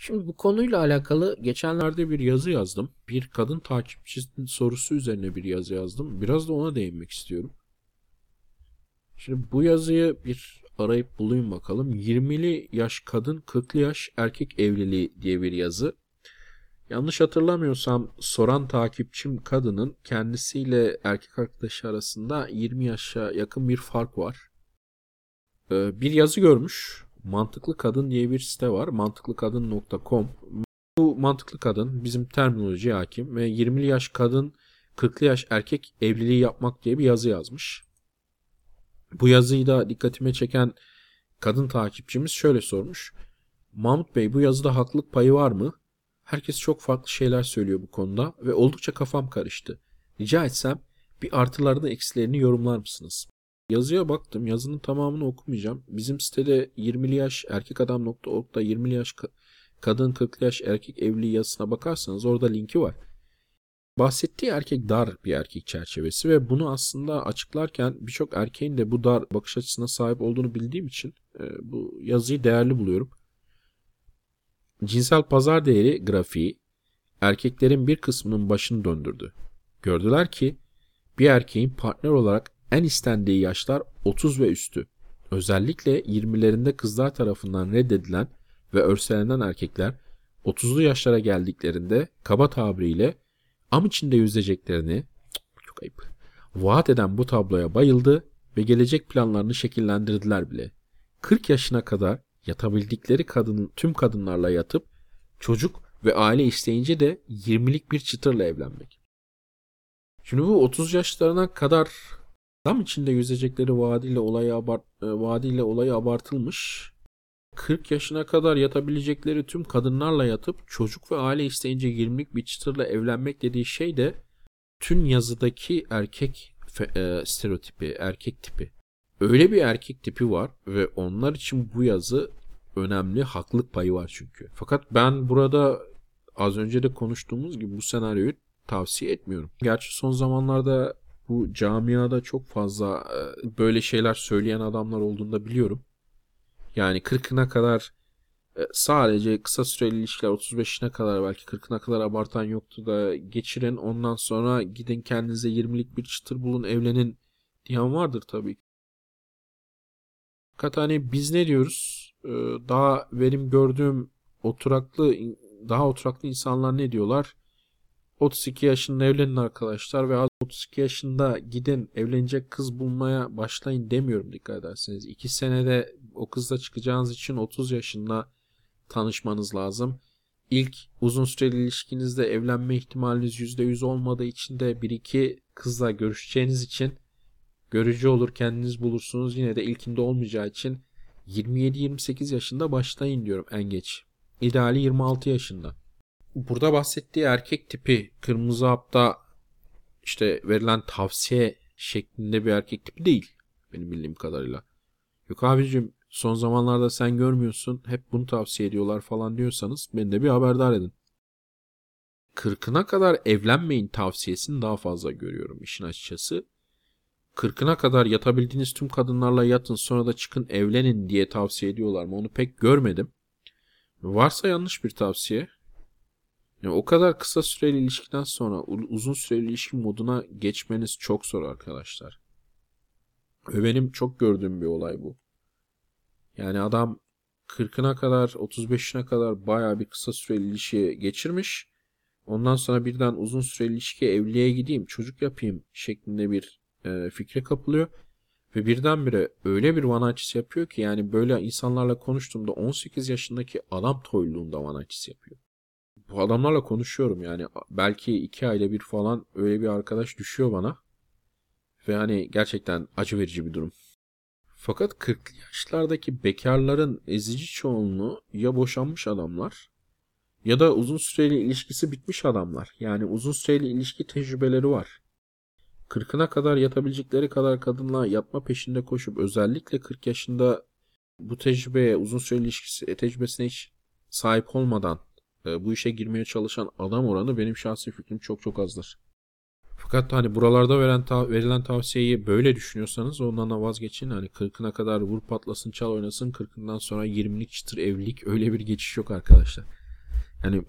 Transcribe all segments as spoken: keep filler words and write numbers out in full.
Şimdi bu konuyla alakalı geçenlerde bir yazı yazdım. Bir kadın takipçisinin sorusu üzerine bir yazı yazdım. Biraz da ona değinmek istiyorum. Şimdi bu yazıyı bir arayıp bulayım bakalım. yirmili yaş kadın, kırklı yaş erkek evliliği diye bir yazı. Yanlış hatırlamıyorsam soran takipçim kadının kendisiyle erkek arkadaşı arasında yirmi yaşa yakın bir fark var. Ee, bir yazı görmüş. Mantıklı Kadın diye bir site var. mantıklı kadın nokta com. Bu mantıklı kadın bizim terminolojiye hakim ve yirmili yaş kadın, kırklı yaş erkek evliliği yapmak diye bir yazı yazmış. Bu yazıyı da dikkatime çeken kadın takipçimiz şöyle sormuş. Mahmut Bey, bu yazıda haklılık payı var mı? Herkes çok farklı şeyler söylüyor bu konuda ve oldukça kafam karıştı. Rica etsem bir artılarını eksilerini yorumlar mısınız? Yazıya baktım. Yazının tamamını okumayacağım. Bizim sitede yirmili yaş erkek adam nokta org'da yirmili yaş kadın, kırklı yaş erkek evliliği yazısına bakarsanız orada linki var. Bahsettiği erkek dar bir erkek çerçevesi ve bunu aslında açıklarken birçok erkeğin de bu dar bakış açısına sahip olduğunu bildiğim için e, bu yazıyı değerli buluyorum. Cinsel pazar değeri grafiği erkeklerin bir kısmının başını döndürdü. Gördüler ki bir erkeğin partner olarak en istendiği yaşlar otuz ve üstü. Özellikle yirmilerinde kızlar tarafından reddedilen ve örselenen erkekler otuzlu yaşlara geldiklerinde kaba tabiriyle am içinde yüzeceklerini, çok ayıp, vaat eden bu tabloya bayıldı ve gelecek planlarını şekillendirdiler bile. kırk yaşına kadar yatabildikleri kadın, tüm kadınlarla yatıp çocuk ve aile isteyince de yirmilik bir çıtırla evlenmek. Şimdi bu otuz yaşlarına kadar dam içinde yüzecekleri vaadiyle olayı, abart, vaadiyle olayı abartılmış. kırk yaşına kadar yatabilecekleri tüm kadınlarla yatıp çocuk ve aile isteyince yirmilik bir çıtırla evlenmek dediği şey de tüm yazıdaki erkek e, stereotipi, erkek tipi. Öyle bir erkek tipi var ve onlar için bu yazı önemli, haklılık payı var çünkü. Fakat ben burada az önce de konuştuğumuz gibi bu senaryoyu tavsiye etmiyorum. Gerçi son zamanlarda bu camiada çok fazla böyle şeyler söyleyen adamlar olduğunu da biliyorum. Yani kırkına kadar sadece kısa süreli ilişkiler, otuz beşine kadar belki kırkına kadar abartan yoktu da geçirin, ondan sonra gidin kendinize yirmilik bir çıtır bulun, evlenin diyen vardır tabii. Fakat hani biz ne diyoruz? Daha benim gördüğüm oturaklı, daha oturaklı insanlar ne diyorlar? otuz iki yaşında evlenin arkadaşlar ve otuz iki yaşında gidin evlenecek kız bulmaya başlayın demiyorum, dikkat ederseniz. iki senede o kızla çıkacağınız için otuz yaşında tanışmanız lazım. İlk uzun süreli ilişkinizde evlenme ihtimaliniz yüzde yüz olmadığı için de bir iki kızla görüşeceğiniz için görücü olur kendiniz bulursunuz. Yine de ilkinde olmayacağı için yirmi yedi yirmi sekiz yaşında başlayın diyorum en geç. İdeali yirmi altı yaşında. Burada bahsettiği erkek tipi kırmızı hapta işte verilen tavsiye şeklinde bir erkek tipi değil benim bildiğim kadarıyla. Yok abicim, son zamanlarda sen görmüyorsun, hep bunu tavsiye ediyorlar falan diyorsanız beni de bir haberdar edin. kırkına kadar evlenmeyin tavsiyesini daha fazla görüyorum işin açıkçası. kırkına kadar yatabildiğiniz tüm kadınlarla yatın, sonra da çıkın evlenin diye tavsiye ediyorlar mı onu pek görmedim. Varsa yanlış bir tavsiye. Yani o kadar kısa süreli ilişkiden sonra uzun süreli ilişki moduna geçmeniz çok zor arkadaşlar. Ve benim çok gördüğüm bir olay bu. Yani adam kırkına kadar, otuz beşine kadar bayağı bir kısa süreli ilişki geçirmiş. Ondan sonra birden uzun süreli ilişki, evliliğe gideyim, çocuk yapayım şeklinde bir e, fikre kapılıyor. Ve birdenbire öyle bir one night yapıyor ki, yani böyle insanlarla konuştuğumda on sekiz yaşındaki adam toyluğunda one night yapıyor. Bu adamlarla konuşuyorum yani, belki iki ayda bir falan öyle bir arkadaş düşüyor bana. Ve hani gerçekten acı verici bir durum. Fakat kırklı yaşlardaki bekarların ezici çoğunluğu ya boşanmış adamlar ya da uzun süreli ilişkisi bitmiş adamlar. Yani uzun süreli ilişki tecrübeleri var. kırkına kadar yatabilecekleri kadar kadınla yatma peşinde koşup özellikle kırk yaşında bu tecrübeye, uzun süreli ilişkisi tecrübesine hiç sahip olmadan e, bu işe girmeye çalışan adam oranı benim şahsi fikrim çok çok azdır. Fakat hani buralarda veren ta- verilen tavsiyeyi böyle düşünüyorsanız ondan da vazgeçin. Hani kırkına kadar vur patlasın çal oynasın, kırkından sonra yirmilik çıtır evlilik, öyle bir geçiş yok arkadaşlar. Yani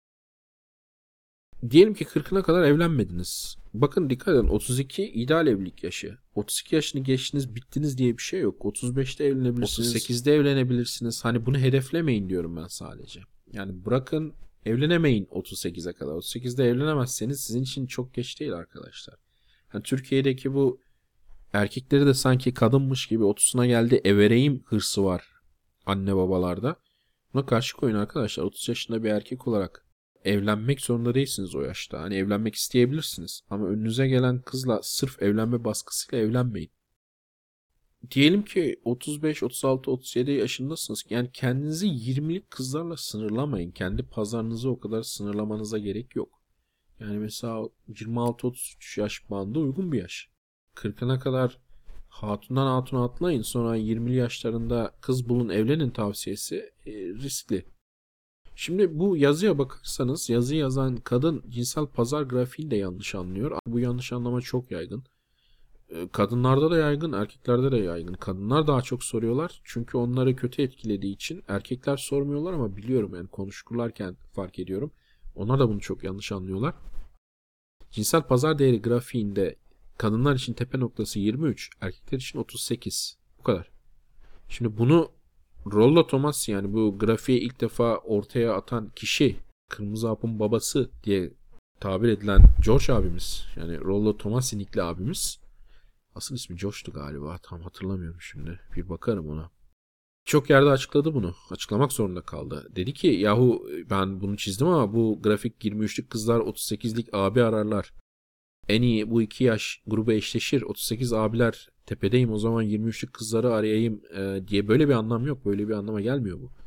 diyelim ki kırkına kadar evlenmediniz. Bakın dikkat edin, otuz iki ideal evlilik yaşı. otuz iki yaşını geçtiniz, bittiniz diye bir şey yok. otuz beşte evlenebilirsiniz, otuz sekizde evlenebilirsiniz. Hani bunu hedeflemeyin diyorum ben sadece. Yani bırakın evlenemeyin otuz sekize kadar. otuz sekizde evlenemezseniz sizin için çok geç değil arkadaşlar. Yani Türkiye'deki bu erkekleri de sanki kadınmış gibi otuzuna geldi evereyim hırsı var anne babalarda. Buna karşı koyun arkadaşlar. otuz yaşında bir erkek olarak evlenmek zorunda değilsiniz o yaşta. Hani evlenmek isteyebilirsiniz. Ama önünüze gelen kızla sırf evlenme baskısıyla evlenmeyin. Diyelim ki otuz beş, otuz altı, otuz yedi yaşındasınız. Yani kendinizi yirmilik kızlarla sınırlamayın. Kendi pazarınızı o kadar sınırlamanıza gerek yok. Yani mesela yirmi altı otuz üç yaş bandı uygun bir yaş. kırkına kadar hatundan hatuna atlayın. Sonra yirmili yaşlarında kız bulun evlenin tavsiyesi e, riskli. Şimdi bu yazıya bakarsanız yazı yazan kadın cinsel pazar grafiğini de yanlış anlıyor. Bu yanlış anlama çok yaygın. Kadınlarda da yaygın, erkeklerde de yaygın. Kadınlar daha çok soruyorlar. Çünkü onları kötü etkilediği için erkekler sormuyorlar ama biliyorum yani konuşurlarken fark ediyorum. Onlar da bunu çok yanlış anlıyorlar. Cinsel pazar değeri grafiğinde kadınlar için tepe noktası yirmi üç, erkekler için otuz sekiz. Bu kadar. Şimdi bunu Rollo Tomassi, yani bu grafiği ilk defa ortaya atan kişi, Kırmızı Hap'ın babası diye tabir edilen George abimiz, yani Rollo Tomassi nickli abimiz, asıl ismi Josh'tu galiba, tam hatırlamıyorum şimdi, bir bakarım ona. Çok yerde açıkladı bunu. Açıklamak zorunda kaldı. Dedi ki yahu ben bunu çizdim ama bu grafik yirmi üçlük kızlar otuz sekizlik abi ararlar. En iyi bu iki yaş grubu eşleşir. otuz sekiz abiler tepedeyim, o zaman yirmi üçlük kızları arayayım e, diye böyle bir anlam yok. Böyle bir anlama gelmiyor bu.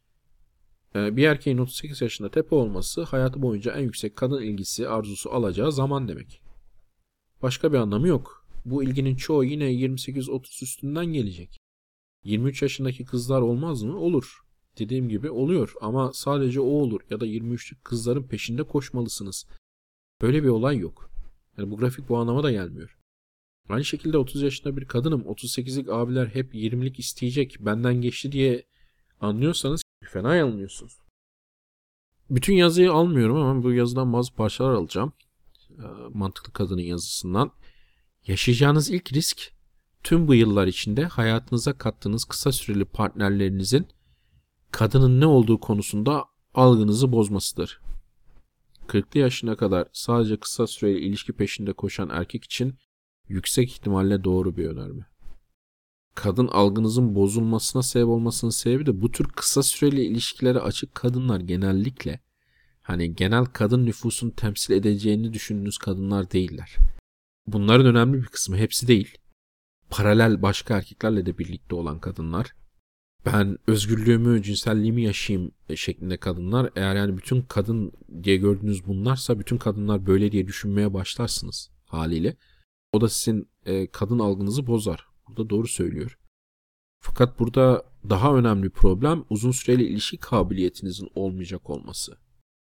E, bir erkeğin otuz sekiz yaşında tepe olması hayatı boyunca en yüksek kadın ilgisi arzusu alacağı zaman demek. Başka bir anlamı yok. Bu ilginin çoğu yine yirmi sekiz otuz üstünden gelecek. yirmi üç yaşındaki kızlar olmaz mı? Olur. Dediğim gibi oluyor ama sadece o olur ya da yirmi üçlük kızların peşinde koşmalısınız. Böyle bir olay yok. Yani bu grafik bu anlama da gelmiyor. Aynı şekilde otuz yaşında bir kadınım, otuz sekizlik abiler hep yirmilik isteyecek, benden geçti diye anlıyorsanız fena yanılıyorsunuz. Bütün yazıyı almıyorum ama bu yazıdan bazı parçalar alacağım. Mantıklı Kadının yazısından. Yaşayacağınız ilk risk, tüm bu yıllar içinde hayatınıza kattığınız kısa süreli partnerlerinizin kadının ne olduğu konusunda algınızı bozmasıdır. kırklı yaşına kadar sadece kısa süreli ilişki peşinde koşan erkek için yüksek ihtimalle doğru bir önerme. Kadın algınızın bozulmasına sebep olmasının sebebi de bu tür kısa süreli ilişkilere açık kadınlar genellikle hani genel kadın nüfusunu temsil edeceğini düşündüğünüz kadınlar değiller. Bunların önemli bir kısmı, hepsi değil, paralel başka erkeklerle de birlikte olan kadınlar. Ben özgürlüğümü, cinselliğimi yaşayayım şeklinde kadınlar. Eğer yani bütün kadın diye gördüğünüz bunlarsa bütün kadınlar böyle diye düşünmeye başlarsınız haliyle. O da sizin e, kadın algınızı bozar. Burada doğru söylüyor. Fakat burada daha önemli problem uzun süreli ilişki kabiliyetinizin olmayacak olması.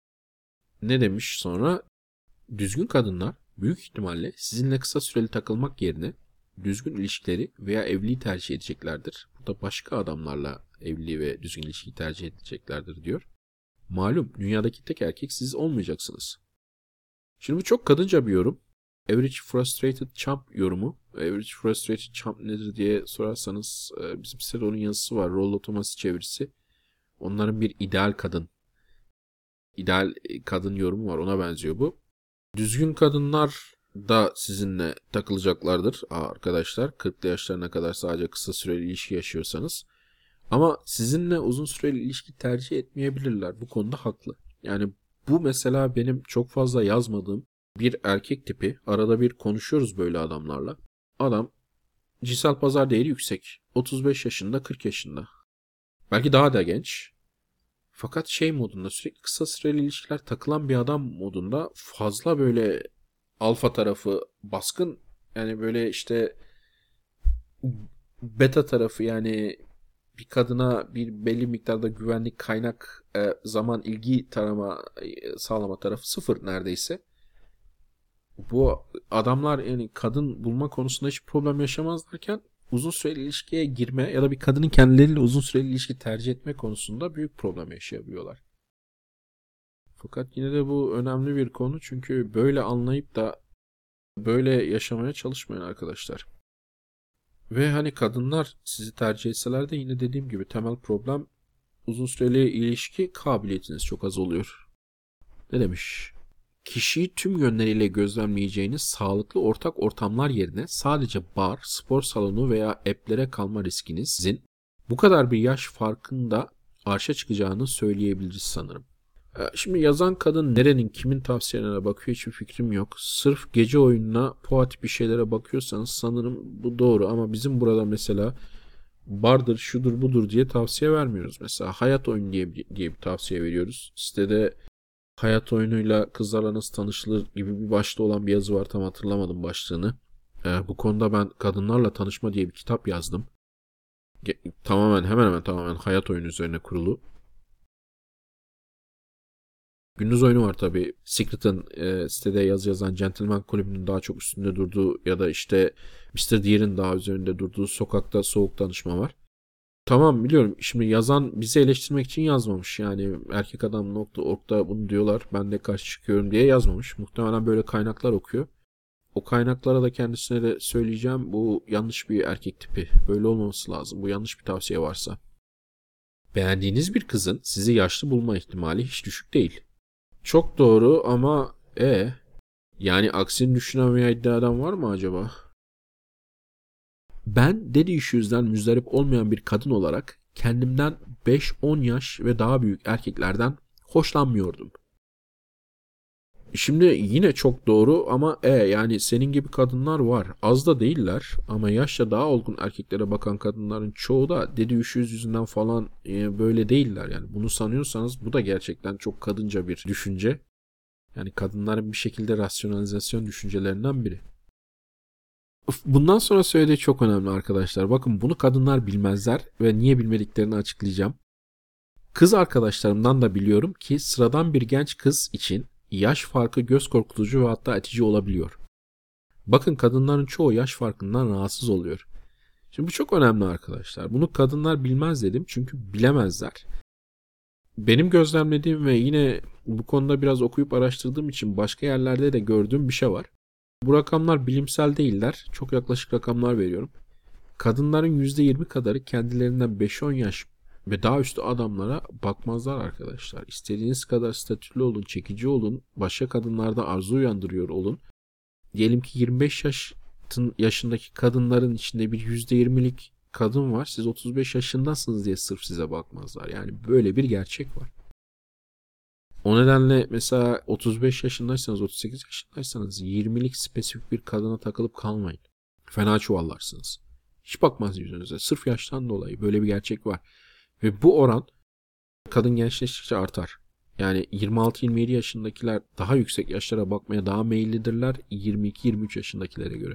Ne demiş sonra? Düzgün kadınlar büyük ihtimalle sizinle kısa süreli takılmak yerine düzgün ilişkileri veya evliliği tercih edeceklerdir. Burada başka adamlarla evliliği ve düzgün ilişkiyi tercih edeceklerdir diyor. Malum dünyadaki tek erkek siz olmayacaksınız. Şimdi bu çok kadınca bir yorum. Average Frustrated Chump yorumu. Average Frustrated Chump nedir diye sorarsanız bizim sitede onun yazısı var. Rollo Tomassi çevirisi. Onların bir ideal kadın. İdeal kadın yorumu var. Ona benziyor bu. Düzgün kadınlar da sizinle takılacaklardır arkadaşlar. kırklı yaşlarına kadar sadece kısa süreli ilişki yaşıyorsanız. Ama sizinle uzun süreli ilişki tercih etmeyebilirler. Bu konuda haklı. Yani bu mesela benim çok fazla yazmadığım bir erkek tipi. Arada bir konuşuyoruz böyle adamlarla. Adam cinsel pazar değeri yüksek. otuz beş yaşında, kırk yaşında. Belki daha da genç. Fakat şey modunda, sürekli kısa süreli ilişkiler takılan bir adam modunda, fazla böyle alfa tarafı baskın, yani böyle işte beta tarafı, yani bir kadına bir belli miktarda güvenlik, kaynak, e, zaman, ilgi tarama e, sağlama tarafı sıfır neredeyse. Bu adamlar yani kadın bulma konusunda hiç problem yaşamazlarken uzun süreli ilişkiye girme ya da bir kadının kendileriyle uzun süreli ilişki tercih etme konusunda büyük problem yaşayabiliyorlar. Fakat yine de bu önemli bir konu çünkü böyle anlayıp da böyle yaşamaya çalışmayın arkadaşlar. Ve hani kadınlar sizi tercih etseler de yine dediğim gibi temel problem uzun süreli ilişki kabiliyetiniz çok az oluyor. Ne demiş? Kişiyi tüm yönleriyle gözlemleyeceğiniz sağlıklı ortak ortamlar yerine sadece bar, spor salonu veya app'lere kalma riskinizin bu kadar bir yaş farkında arşa çıkacağını söyleyebiliriz sanırım. Şimdi yazan kadın nerenin kimin tavsiyelerine bakıyor hiçbir fikrim yok. Sırf gece oyununa poat bir şeylere bakıyorsanız sanırım bu doğru ama bizim burada mesela bardır, şudur budur diye tavsiye vermiyoruz. Mesela hayat oyunu diye, diye bir tavsiye veriyoruz. Sitede hayat oyunuyla kızlarla nasıl tanışılır gibi bir başlığı olan bir yazı var. Tam hatırlamadım başlığını. Ee, bu konuda ben kadınlarla tanışma diye bir kitap yazdım. Ge- tamamen hemen hemen tamamen hayat oyunu üzerine kurulu. Gündüz oyunu var tabii. Secret'ın e, sitede yazı yazan Gentleman Kulübü'nün daha çok üstünde durduğu ya da işte mister Deer'in daha üzerinde durduğu sokakta soğuk danışma var. Tamam biliyorum. Şimdi yazan bizi eleştirmek için yazmamış. Yani erkek adam nokta org'da bunu diyorlar. Ben de karşı çıkıyorum diye yazmamış. Muhtemelen böyle kaynaklar okuyor. O kaynaklara da kendisine de söyleyeceğim. Bu yanlış bir erkek tipi. Böyle olmaması lazım. Bu yanlış bir tavsiye varsa. Beğendiğiniz bir kızın sizi yaşlı bulma ihtimali hiç düşük değil. Çok doğru ama e yani aksini düşünen veya iddia eden var mı acaba? Ben daddy issues'den müzdarip olmayan bir kadın olarak kendimden beş on yaş ve daha büyük erkeklerden hoşlanmıyordum. Şimdi yine çok doğru ama e yani senin gibi kadınlar var. Az da değiller ama yaşça daha olgun erkeklere bakan kadınların çoğu da daddy issues yüzünden falan e, böyle değiller. Yani bunu sanıyorsanız bu da gerçekten çok kadınca bir düşünce. Yani kadınların bir şekilde rasyonalizasyon düşüncelerinden biri. Bundan sonra söylediği çok önemli arkadaşlar. Bakın bunu kadınlar bilmezler ve niye bilmediklerini açıklayacağım. Kız arkadaşlarımdan da biliyorum ki sıradan bir genç kız için yaş farkı göz korkutucu ve hatta itici olabiliyor. Bakın kadınların çoğu yaş farkından rahatsız oluyor. Şimdi bu çok önemli arkadaşlar. Bunu kadınlar bilmez dedim çünkü bilemezler. Benim gözlemlediğim ve yine bu konuda biraz okuyup araştırdığım için başka yerlerde de gördüğüm bir şey var. Bu rakamlar bilimsel değiller. Çok yaklaşık rakamlar veriyorum. Kadınların yüzde yirmi kadarı kendilerinden beş on yaş ve daha üstü adamlara bakmazlar arkadaşlar. İstediğiniz kadar statülü olun, çekici olun, başka kadınlarda arzu uyandırıyor olun. Diyelim ki yirmi beş yaş yaşındaki kadınların içinde bir yüzde yirmilik kadın var. Siz otuz beş yaşındasınız diye sırf size bakmazlar. Yani böyle bir gerçek var. O nedenle mesela otuz beş yaşındaysanız, otuz sekiz yaşındaysanız yirmilik spesifik bir kadına takılıp kalmayın. Fena çuvallarsınız. Hiç bakmaz yüzünüze. Sırf yaştan dolayı böyle bir gerçek var. Ve bu oran kadın gençleştikçe artar. Yani yirmi altı yirmi yedi yaşındakiler daha yüksek yaşlara bakmaya daha meyillidirler yirmi iki yirmi üç yaşındakilere göre.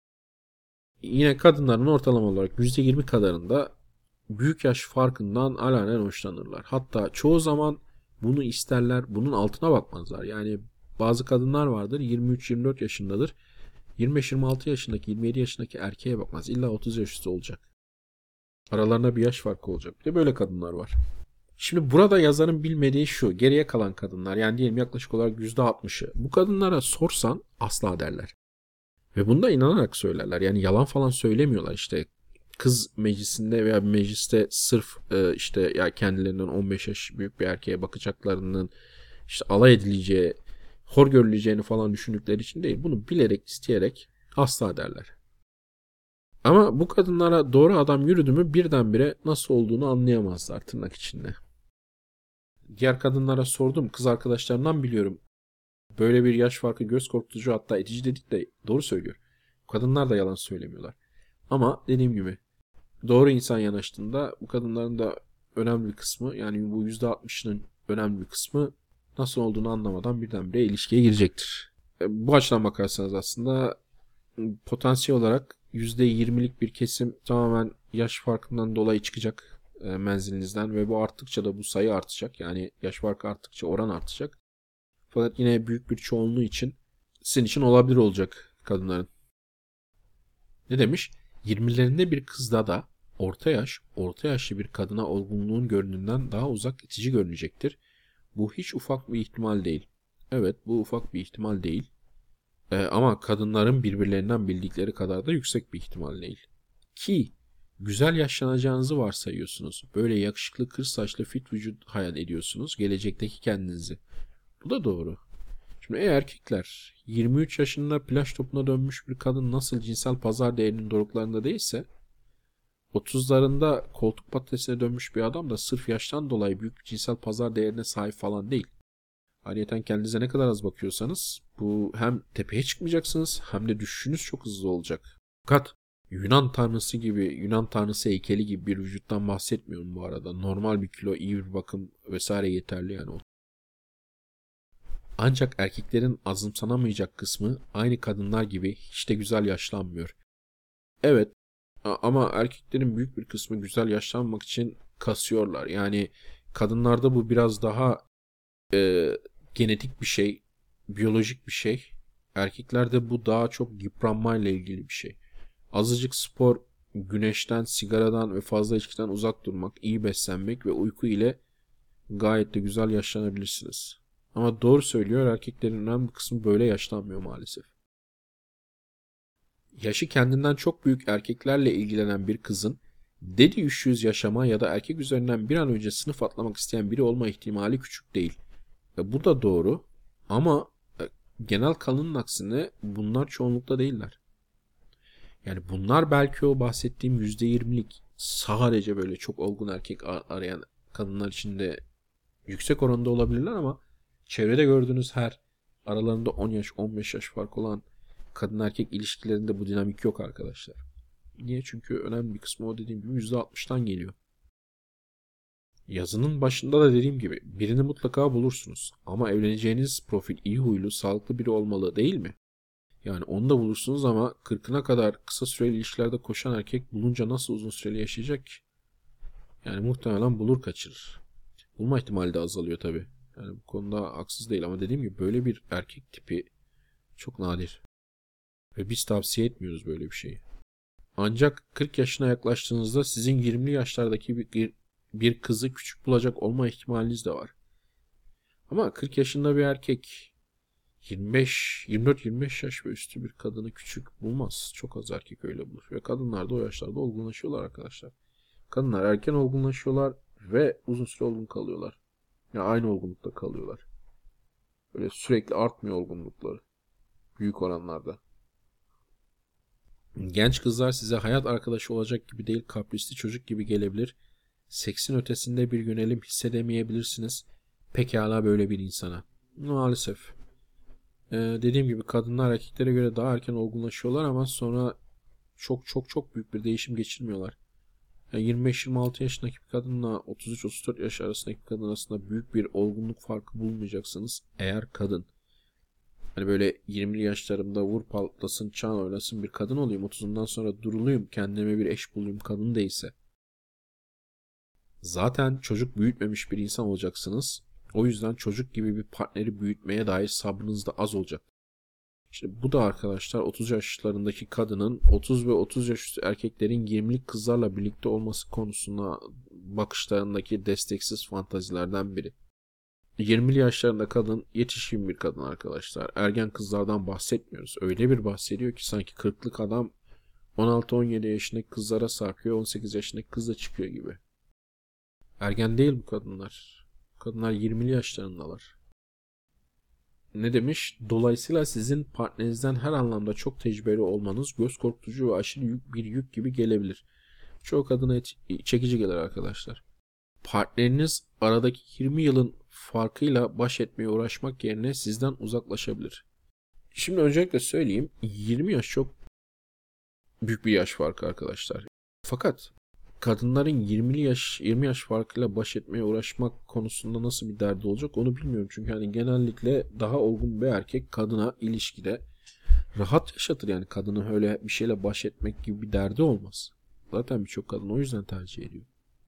Yine kadınların ortalama olarak yüzde yirmi kadarında büyük yaş farkından alanen hoşlanırlar. Hatta çoğu zaman bunu isterler, bunun altına bakmazlar. Yani bazı kadınlar vardır yirmi üç yirmi dört yaşındadır. yirmi beş yirmi altı yaşındaki, yirmi yedi yaşındaki erkeğe bakmaz. İlla otuz yaş üstü olacak. Aralarında bir yaş farkı olacak. Bir de böyle kadınlar var. Şimdi burada yazarın bilmediği şu. Geriye kalan kadınlar yani diyelim yaklaşık olarak yüzde altmışı. Bu kadınlara sorsan asla derler. Ve bunu da inanarak söylerler. Yani yalan falan söylemiyorlar işte. Kız meclisinde veya bir mecliste sırf e, işte ya kendilerinden on beş yaş büyük bir erkeğe bakacaklarının işte alay edileceği, hor görüleceğini falan düşündükleri için değil. Bunu bilerek, isteyerek asla derler. Ama bu kadınlara doğru adam yürüdü mü birdenbire nasıl olduğunu anlayamazlar tırnak içinde. Diğer kadınlara sordum. Kız arkadaşlarımdan biliyorum. Böyle bir yaş farkı göz korkutucu hatta itici dedik de doğru söylüyor. Kadınlar da yalan söylemiyorlar. Ama dediğim gibi doğru insan yanaştığında bu kadınların da önemli bir kısmı yani bu yüzde altmışının önemli bir kısmı nasıl olduğunu anlamadan birdenbire ilişkiye girecektir. E, bu açıdan bakarsanız aslında potansiyel olarak yüzde yirmilik bir kesim tamamen yaş farkından dolayı çıkacak e, menzilinizden ve bu arttıkça da bu sayı artacak. Yani yaş farkı arttıkça oran artacak. Fakat yine büyük bir çoğunluğu için sizin için olabilir olacak kadınların. Ne demiş? yirmilerinde bir kızda da orta yaş, orta yaşlı bir kadına olgunluğun görünümünden daha uzak itici görünecektir. bu hiç ufak bir ihtimal değil. Evet, bu ufak bir ihtimal değil. Ee, ama kadınların birbirlerinden bildikleri kadar da yüksek bir ihtimal değil. Ki güzel yaşlanacağınızı varsayıyorsunuz. Böyle yakışıklı, kır saçlı, fit vücut hayal ediyorsunuz. Gelecekteki kendinizi. Bu da doğru. Şimdi ey erkekler, yirmi üç yaşında plaj topuna dönmüş bir kadın nasıl cinsel pazar değerinin doruklarında değilse, otuzlarında koltuk patatesine dönmüş bir adam da sırf yaştan dolayı büyük bir cinsel pazar değerine sahip falan değil. Ayrıca kendinize ne kadar az bakıyorsanız bu hem tepeye çıkmayacaksınız hem de düşüşünüz çok hızlı olacak. Fakat Yunan tanrısı gibi, Yunan tanrısı heykeli gibi bir vücuttan bahsetmiyorum bu arada. Normal bir kilo, iyi bir bakım vesaire yeterli yani o. Ancak erkeklerin azımsanamayacak kısmı aynı kadınlar gibi hiç de güzel yaşlanmıyor. Evet, ama erkeklerin büyük bir kısmı güzel yaşlanmak için kasıyorlar. Yani kadınlarda bu biraz daha e, genetik bir şey, biyolojik bir şey. Erkeklerde bu daha çok yıpranmayla ilgili bir şey. Azıcık spor, güneşten, sigaradan ve fazla içkiden uzak durmak, iyi beslenmek ve uyku ile gayet de güzel yaşlanabilirsiniz. Ama doğru söylüyor, erkeklerin önemli bir kısmı böyle yaşlanmıyor maalesef. Yaşı kendinden çok büyük erkeklerle ilgilenen bir kızın dedi yüz yaşama ya da erkek üzerinden bir an önce sınıf atlamak isteyen biri olma ihtimali küçük değil. E, bu da doğru ama e, genel kanının aksine bunlar çoğunlukta değiller. Yani bunlar belki o bahsettiğim yüzde yirmilik sadece böyle çok olgun erkek arayan kadınlar içinde yüksek oranda olabilirler ama çevrede gördüğünüz her aralarında on yaş on beş yaş fark olan kadın erkek ilişkilerinde bu dinamik yok arkadaşlar. Niye? Çünkü önemli bir kısmı o dediğim gibi yüzde altmıştan geliyor. Yazının başında da dediğim gibi birini mutlaka bulursunuz. Ama evleneceğiniz profil iyi huylu, sağlıklı biri olmalı değil mi? Yani onu da bulursunuz ama kırkına kadar kısa süreli ilişkilerde koşan erkek bulunca nasıl uzun süreli yaşayacak ki? Yani muhtemelen bulur kaçırır. Bulma ihtimali de azalıyor tabii. Yani bu konuda haksız değil ama dediğim gibi böyle bir erkek tipi çok nadir. Ve biz tavsiye etmiyoruz böyle bir şeyi. Ancak kırk yaşına yaklaştığınızda sizin yirmili yaşlardaki bir, bir kızı küçük bulacak olma ihtimaliniz de var. Ama kırk yaşında bir erkek yirmi beş, yirmi dört yirmi beş yaş ve üstü bir kadını küçük bulmaz. Çok az erkek öyle bulur. Ve kadınlar da o yaşlarda olgunlaşıyorlar arkadaşlar. Kadınlar erken olgunlaşıyorlar ve uzun süre olgun kalıyorlar. Yani aynı olgunlukta kalıyorlar. Böyle sürekli artmıyor olgunlukları. Büyük oranlarda. Genç kızlar size hayat arkadaşı olacak gibi değil, kaprisli çocuk gibi gelebilir. Seksin ötesinde bir yönelim hissedemeyebilirsiniz. Pekala böyle bir insana. Maalesef. Ee, dediğim gibi kadınlar erkeklere göre daha erken olgunlaşıyorlar ama sonra çok çok çok büyük bir değişim geçirmiyorlar. Yani yirmi beş yirmi altı yaşındaki bir kadınla otuz üç otuz dört yaş arasındaki bir kadın arasında büyük bir olgunluk farkı bulmayacaksınız eğer kadın. Hani böyle yirmili yaşlarımda vur patlasın, çan oynasın bir kadın olayım. otuzundan sonra duruluyum, kendime bir eş bulayım kadın değilse. Zaten çocuk büyütmemiş bir insan olacaksınız. O yüzden çocuk gibi bir partneri büyütmeye dair sabrınız da az olacak. İşte bu da arkadaşlar otuz yaşlarındaki kadının otuz ve otuz yaş üstü erkeklerin yirmilik kızlarla birlikte olması konusuna bakışlarındaki desteksiz fantazilerden biri. yirmili yaşlarında kadın yetişkin bir kadın arkadaşlar. Ergen kızlardan bahsetmiyoruz. Öyle bir bahsediyor ki sanki kırklık adam on altı on yedi yaşındaki kızlara sarkıyor, on sekiz yaşındaki kızla çıkıyor gibi. Ergen değil bu kadınlar. Kadınlar yirmili yaşlarındalar. Ne demiş? Dolayısıyla sizin partnerinizden her anlamda çok tecrübeli olmanız göz korkutucu ve aşırı yük, bir yük gibi gelebilir. Çoğu kadına çekici gelir arkadaşlar. Partneriniz aradaki yirmi yılın farkıyla baş etmeye uğraşmak yerine sizden uzaklaşabilir. Şimdi öncelikle söyleyeyim, yirmi yaş çok büyük bir yaş farkı arkadaşlar. Fakat kadınların yirmi yaş yirmi yaş farkıyla baş etmeye uğraşmak konusunda nasıl bir derdi olacak onu bilmiyorum. Çünkü hani genellikle daha olgun bir erkek kadına ilişkide rahat yaşatır. Yani kadını öyle bir şeyle baş etmek gibi bir derdi olmaz. Zaten birçok kadın o yüzden tercih ediyor.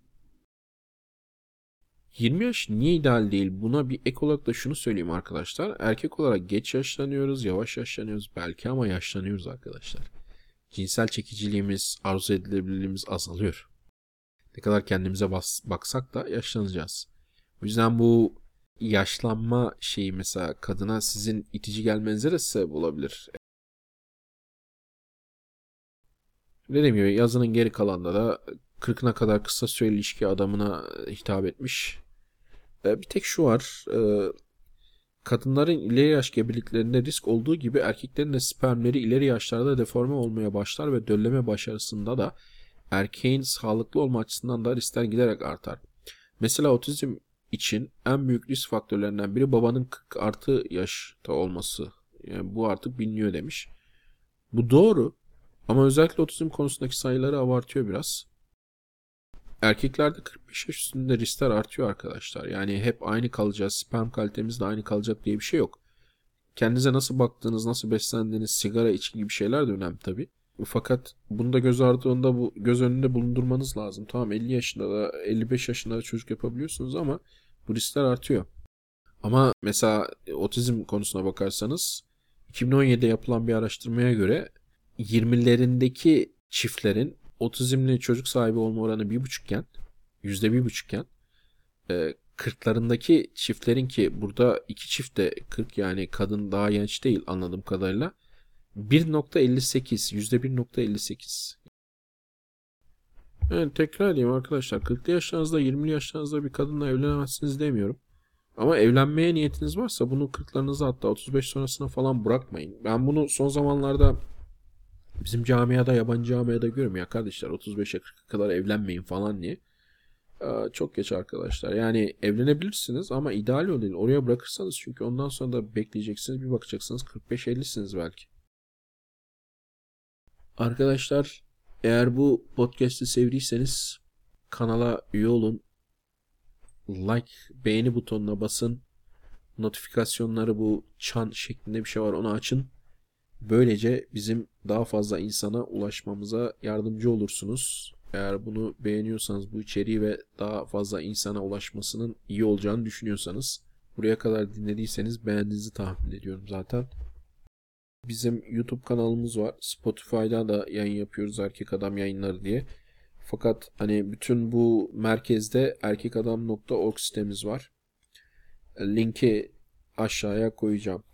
yirmi yaş niye ideal değil? Buna bir ek olarak da şunu söyleyeyim arkadaşlar. Erkek olarak geç yaşlanıyoruz, yavaş yaşlanıyoruz belki ama yaşlanıyoruz arkadaşlar. Cinsel çekiciliğimiz, arzu edilebilirliğimiz azalıyor. Ne kadar kendimize bas, baksak da yaşlanacağız. O yüzden bu yaşlanma şeyi mesela kadına sizin itici gelmenize de sebep olabilir. Dediğim gibi yazının geri kalanında da kırkına kadar kısa süreli ilişki adamına hitap etmiş. Bir tek şu var. Kadınların ileri yaş gebeliklerinde risk olduğu gibi erkeklerin de spermleri ileri yaşlarda deforme olmaya başlar ve dölleme başarısında da erkeğin sağlıklı olma açısından da riskler giderek artar. Mesela otizm için en büyük risk faktörlerinden biri babanın kırk artı yaşta olması. Yani bu artık biliniyor demiş. Bu doğru ama özellikle otizm konusundaki sayıları abartıyor biraz. Erkeklerde kırk beş yaş üstünde riskler artıyor arkadaşlar. Yani hep aynı kalacağız, sperm kalitemiz de aynı kalacak diye bir şey yok. Kendinize nasıl baktığınız, nasıl beslendiğiniz, sigara, içki gibi şeyler de önemli tabii. Fakat bunu da göz ardında bu göz önünde bulundurmanız lazım. Tamam elli yaşında da elli beş yaşında da çocuk yapabiliyorsunuz ama bu riskler artıyor. Ama mesela otizm konusuna bakarsanız iki bin on yedide yapılan bir araştırmaya göre yirmilerindeki çiftlerin otizmli çocuk sahibi olma oranı bir buçukken, yüzde bir buçukken kırklarındaki çiftlerin ki burada iki çift de kırk yani kadın daha genç değil anladığım kadarıyla bir virgül elli sekiz yüzde bir virgül elli sekiz. Yani tekrar edeyim arkadaşlar kırklı yaşlarınızda yirmili yaşlarınızda bir kadınla evlenemezsiniz demiyorum. Ama evlenmeye niyetiniz varsa bunu kırklarınıza hatta otuz beş sonrasına falan bırakmayın. Ben bunu son zamanlarda bizim camiada yabancı camiada görüyorum ya kardeşler otuz beşe kırka kadar evlenmeyin falan diye. Çok geç arkadaşlar. Yani evlenebilirsiniz ama ideal o değil. Oraya bırakırsanız çünkü ondan sonra da bekleyeceksiniz. Bir bakacaksınız kırk beş ellisiniz belki. Arkadaşlar eğer bu podcast'i sevdiyseniz kanala üye olun. Like, beğeni butonuna basın. Notifikasyonları bu çan şeklinde bir şey var onu açın. Böylece bizim daha fazla insana ulaşmamıza yardımcı olursunuz. Eğer bunu beğeniyorsanız bu içeriği ve daha fazla insana ulaşmasının iyi olacağını düşünüyorsanız buraya kadar dinlediyseniz beğendiğinizi tahmin ediyorum zaten. Bizim YouTube kanalımız var. Spotify'da da yayın yapıyoruz Erkek Adam Yayınları diye. Fakat hani bütün bu merkezde erkekadam nokta org sitemiz var. Linki aşağıya koyacağım.